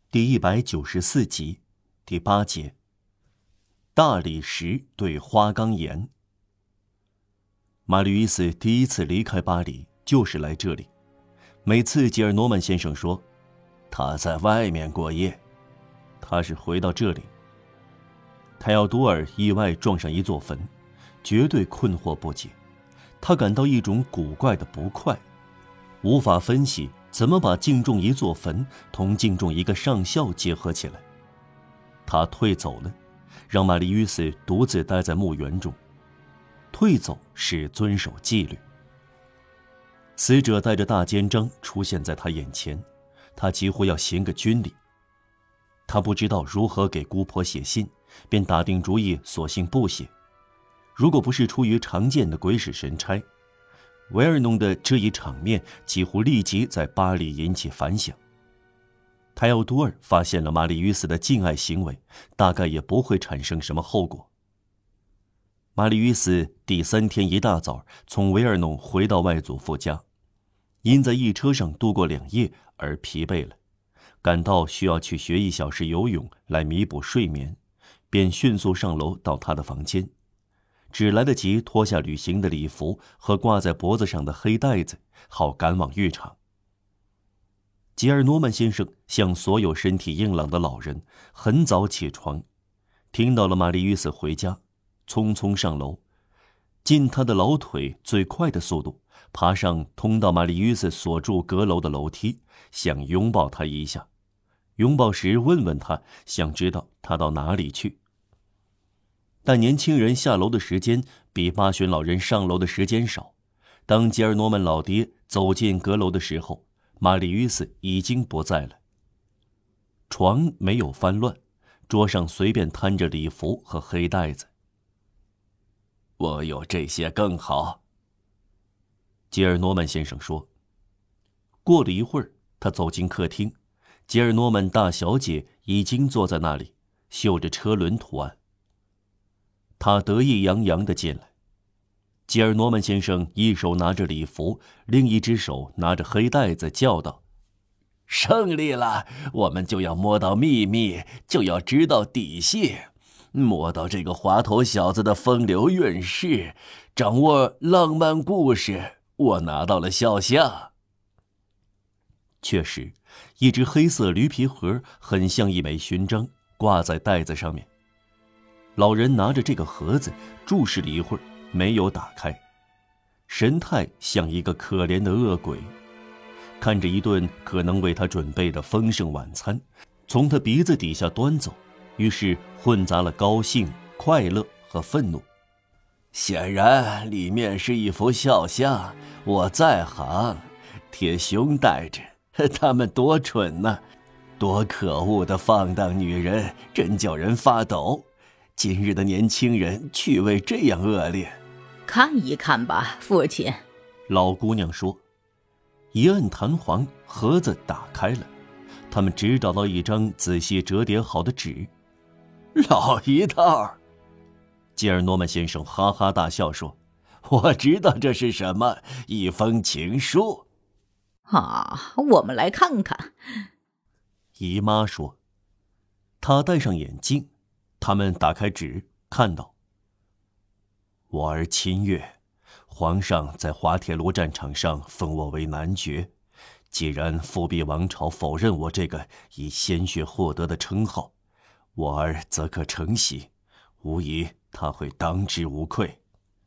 第194集，第8节。大理石对花岗岩。玛丽·与斯第一次离开巴黎就是来这里。每次吉尔诺曼先生说他在外面过夜，他是回到这里。泰奥多尔意外撞上一座坟，绝对困惑不解。他感到一种古怪的不快，无法分析怎么把敬重一座坟同敬重一个上校结合起来。他退走了，让玛丽·与斯独自待在墓园中。退走是遵守纪律。死者带着大肩章出现在他眼前，他几乎要行个军礼。他不知道如何给姑婆写信，便打定主意索性不写。如果不是出于常见的鬼使神差，维尔农的这一场面几乎立即在巴黎引起反响。泰奥多尔发现了玛丽·与斯的敬爱行为，大概也不会产生什么后果。玛丽·与斯第3天一大早从维尔农回到外祖父家，因在驿车上度过2夜而疲惫了，感到需要去学1小时游泳来弥补睡眠，便迅速上楼到他的房间，只来得及脱下旅行的礼服和挂在脖子上的黑带子，好赶往浴场。吉尔诺曼先生像所有身体硬朗的老人，很早起床，听到了玛丽·与斯回家，匆匆上楼，尽他的老腿最快的速度爬上通到玛丽·与斯所住阁楼的楼梯，想拥抱他一下，拥抱时问问他，想知道他到哪里去。但年轻人下楼的时间比巴旬老人上楼的时间少。当吉尔诺曼老爹走进阁楼的时候，玛丽·与斯已经不在了。床没有翻乱，桌上随便摊着礼服和黑带子。我有这些更好，吉尔诺曼先生说。过了一会儿，他走进客厅，吉尔诺曼大小姐已经坐在那里，绣着车轮图案。他得意洋洋地进来。吉尔诺曼先生一手拿着礼服，另一只手拿着黑带子，叫道：胜利了，我们就要摸到秘密，就要知道底细，摸到这个滑头小子的风流韵事，掌握浪漫故事。我拿到了肖像。确实，一只黑色驴皮盒很像一枚勋章，挂在带子上面。老人拿着这个盒子注视了一会儿，没有打开，神态像一个可怜的恶鬼，看着一顿可能为他准备的丰盛晚餐从他鼻子底下端走，于是混杂了高兴、快乐和愤怒。显然里面是一幅肖像，我在行，贴胸带着，他们多蠢呢，多可恶的放荡女人，真叫人发抖。今日的年轻人趣味这样恶劣。 看一看吧，父亲， 老姑娘说。一按弹簧，盒子打开了，他们只找到一张仔细折叠好的纸。老一套！吉尔诺曼先生哈哈大笑说，我知道这是什么，一封情书。 啊，我们来看看。 姨妈说。她戴上眼镜，他们打开纸，看到：我儿亲越，皇上在滑铁卢战场上封我为男爵。既然复辟王朝否认我这个以鲜血获得的称号，我儿则可承袭，无疑他会当之无愧。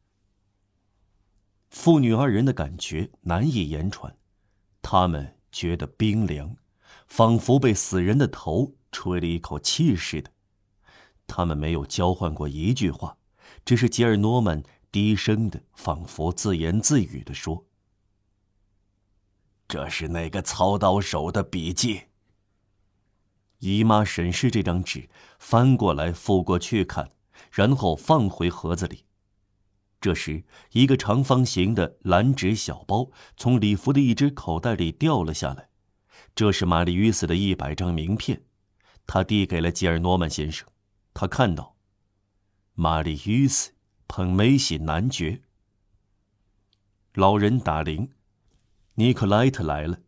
父女2人的感觉难以言传，他们觉得冰凉，仿佛被死人的头吹了一口气似的。他们没有交换过一句话，只是吉尔诺曼低声的，仿佛自言自语地说：这是那个操刀手的笔记。姨妈审视这张纸，翻过来覆过去看，然后放回盒子里。这时，一个长方形的蓝纸小包从礼服的一只口袋里掉了下来。这是玛丽·与斯的100张名片，他递给了吉尔诺曼先生。他看到玛丽·与斯捧梅喜男爵。老人打铃，尼克莱特来了。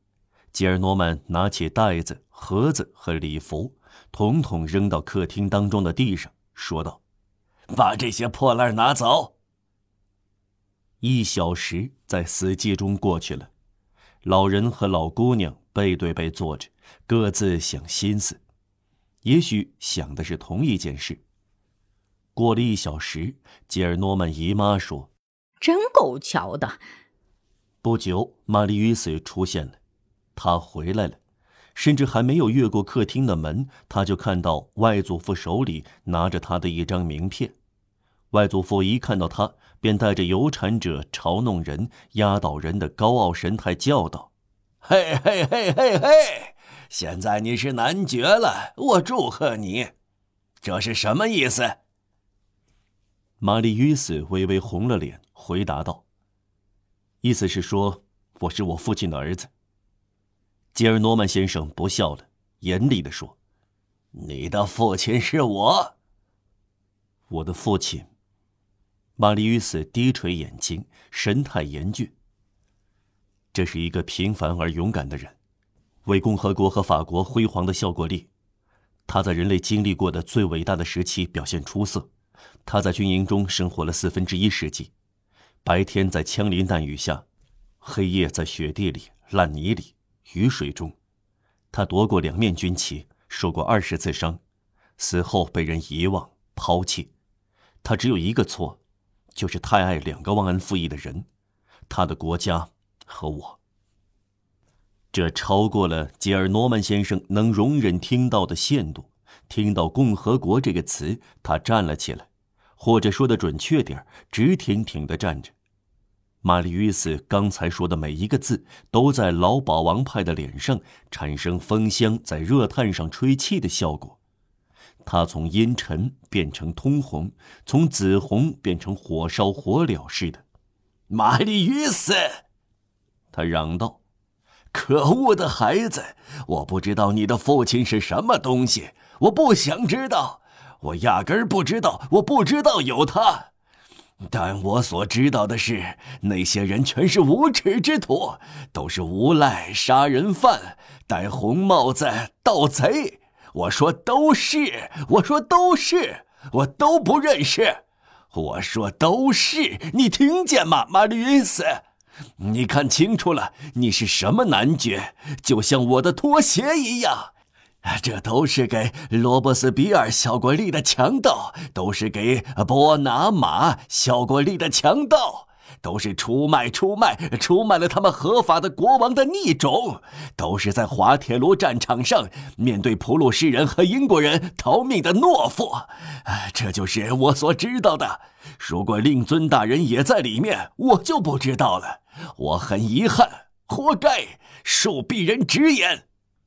吉尔诺曼拿起袋子、盒子和礼服，统统扔到客厅当中的地上，说道：“把这些破烂拿走。”1小时在死寂中过去了，老人和老姑娘背对背坐着，各自想心思，也许想的是同一件事。过了1小时，吉尔诺曼姨妈说：“ 真够巧的。” 不久，玛丽与死出现了，她回来了，甚至还没有越过客厅的门，他就看到外祖父手里拿着他的一张名片。外祖父一看到他，便带着有产者嘲弄人、压倒人的高傲神态叫道：“嘿嘿嘿嘿嘿，现在你是男爵了，我祝贺你。这是什么意思？”玛丽与死微微红了脸，回答道：“意思是说，我是我父亲的儿子。”吉尔诺曼先生不笑了，严厉地说：“你的父亲是我。”我的父亲。玛丽与死低垂眼睛，神态严峻。这是一个平凡而勇敢的人，为共和国和法国辉煌的效过力。他在人类经历过的最伟大的时期表现出色。他在军营中生活了1/4世纪，白天在枪林弹雨下，黑夜在雪地里、烂泥里、雨水中。他夺过2面军旗，受过20次伤，死后被人遗忘、抛弃。他只有一个错，就是太爱2个忘恩负义的人，他的国家和我。这超过了吉尔诺曼先生能容忍听到的限度。听到共和国这个词，他站了起来，或者说的准确点，直挺挺地站着。玛丽与死刚才说的每一个字，都在老保王派的脸上产生风箱在热炭上吹气的效果。他从阴沉变成通红，从紫红变成火烧火燎似的。玛丽与死，他嚷道：“可恶的孩子，我不知道你的父亲是什么东西，我不想知道，我压根儿不知道，我不知道有他。但我所知道的是，那些人全是无耻之徒，都是无赖、杀人犯、戴红帽子、盗贼。我说都是，我说都是，我都不认识。我说都是，你听见吗，玛丽与死？你看清楚了，你是什么男爵，就像我的拖鞋一样。这都是给罗伯斯比尔效过力的强盗，都是给波拿马效过力的强盗，都是出卖了他们合法的国王的逆种，都是在滑铁卢战场上面对普鲁士人和英国人逃命的懦夫。这就是我所知道的。如果令尊大人也在里面，我就不知道了。我很遗憾，活该，恕鄙人直言。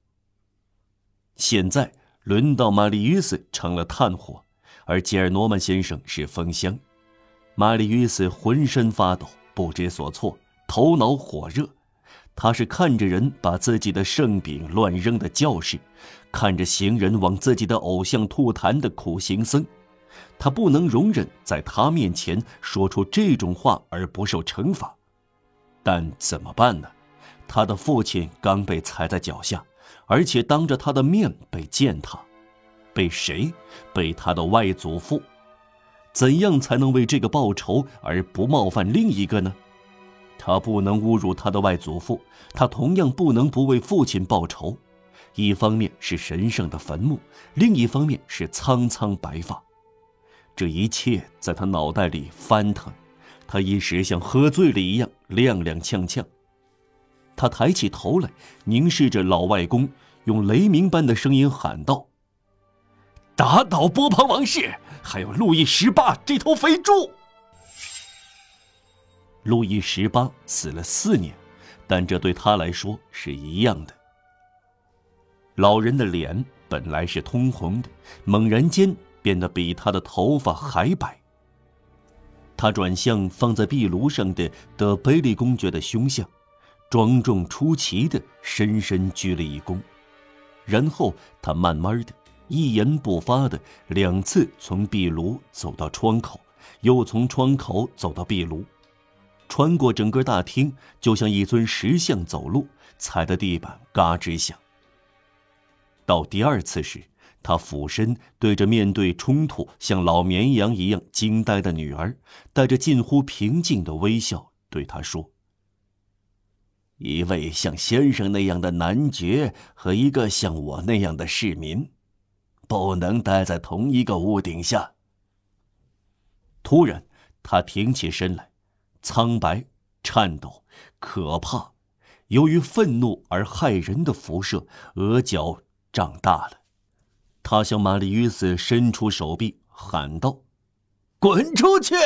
现在轮到玛丽与死成了炭火，而吉尔诺曼先生是风箱。玛丽与死浑身发抖，不知所措，头脑火热。他是看着人把自己的圣饼乱扔的教士，看着行人往自己的偶像吐痰的苦行僧。他不能容忍在他面前说出这种话而不受惩罚。但怎么办呢？他的父亲刚被踩在脚下，而且当着他的面被践踏。被谁？被他的外祖父。怎样才能为这个报仇而不冒犯另一个呢？他不能侮辱他的外祖父，他同样不能不为父亲报仇。一方面是神圣的坟墓，另一方面是苍苍白发。这一切在他脑袋里翻腾，他一时像喝醉了一样踉踉跄跄。他抬起头来，凝视着老外公，用雷鸣般的声音喊道：“打倒波旁王室，还有路易18这头肥猪！”路易18死了4年，但这对他来说是一样的。老人的脸本来是通红的，猛然间变得比他的头发还白。他转向放在壁炉上的德贝利公爵的胸像，庄重出奇地深深鞠了一躬，然后他慢慢的一言不发的2次从壁炉走到窗口，又从窗口走到壁炉。 穿过整个大厅，就像一尊石像走路，踩的地板嘎吱响。到第二次时，他俯身对着面对冲突像老绵羊一样惊呆的女儿，带着近乎平静的微笑对她说：一位像先生那样的男爵和一个像我那样的市民，不能待在同一个屋顶下。突然他挺起身来，苍白、颤抖、可怕，由于愤怒而骇人的辐射，额角胀大了。他向玛丽约瑟伸出手臂，喊道：滚出去！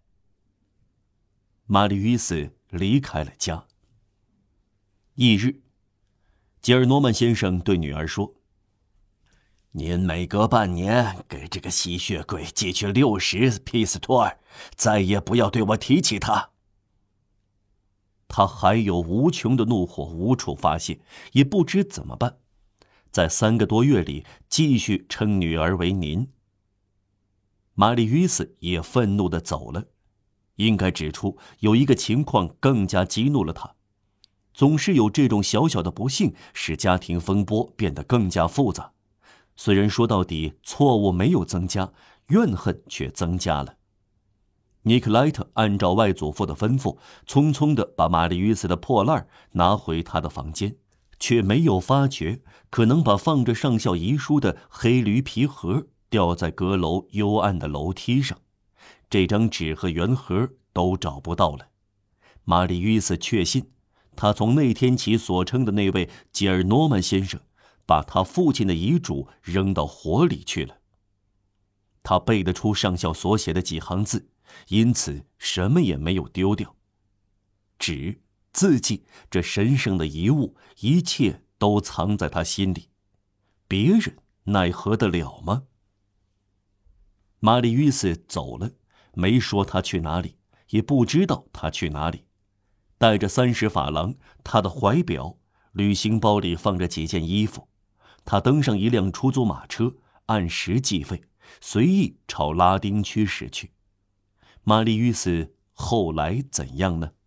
玛丽约瑟离开了家。翌日，吉尔诺曼先生对女儿说：您每隔半年给这个吸血鬼寄去60皮斯托尔，再也不要对我提起他。他还有无穷的怒火无处发泄，也不知怎么办，在3个多月里继续称女儿为您。玛丽约瑟也愤怒地走了。应该指出，有一个情况更加激怒了他。总是有这种小小的不幸，使家庭风波变得更加复杂。虽然说到底错误没有增加，怨恨却增加了。尼克莱特按照外祖父的吩咐，匆匆地把玛丽约瑟的破烂拿回他的房间，却没有发觉可能把放着上校遗书的黑驴皮盒掉在阁楼幽暗的楼梯上。这张纸和圆盒都找不到了。玛丽约瑟确信，他从那天起所称的那位吉尔诺曼先生，把他父亲的遗嘱扔到火里去了。他背得出上校所写的几行字，因此什么也没有丢掉。纸、字迹，这神圣的遗物，一切都藏在他心里。别人奈何得了吗？玛丽约瑟走了，没说他去哪里，也不知道他去哪里。带着30法郎，他的怀表，旅行包里放着几件衣服。他登上一辆出租马车，按时计费，随意朝拉丁区驶去。玛丽约瑟后来怎样呢？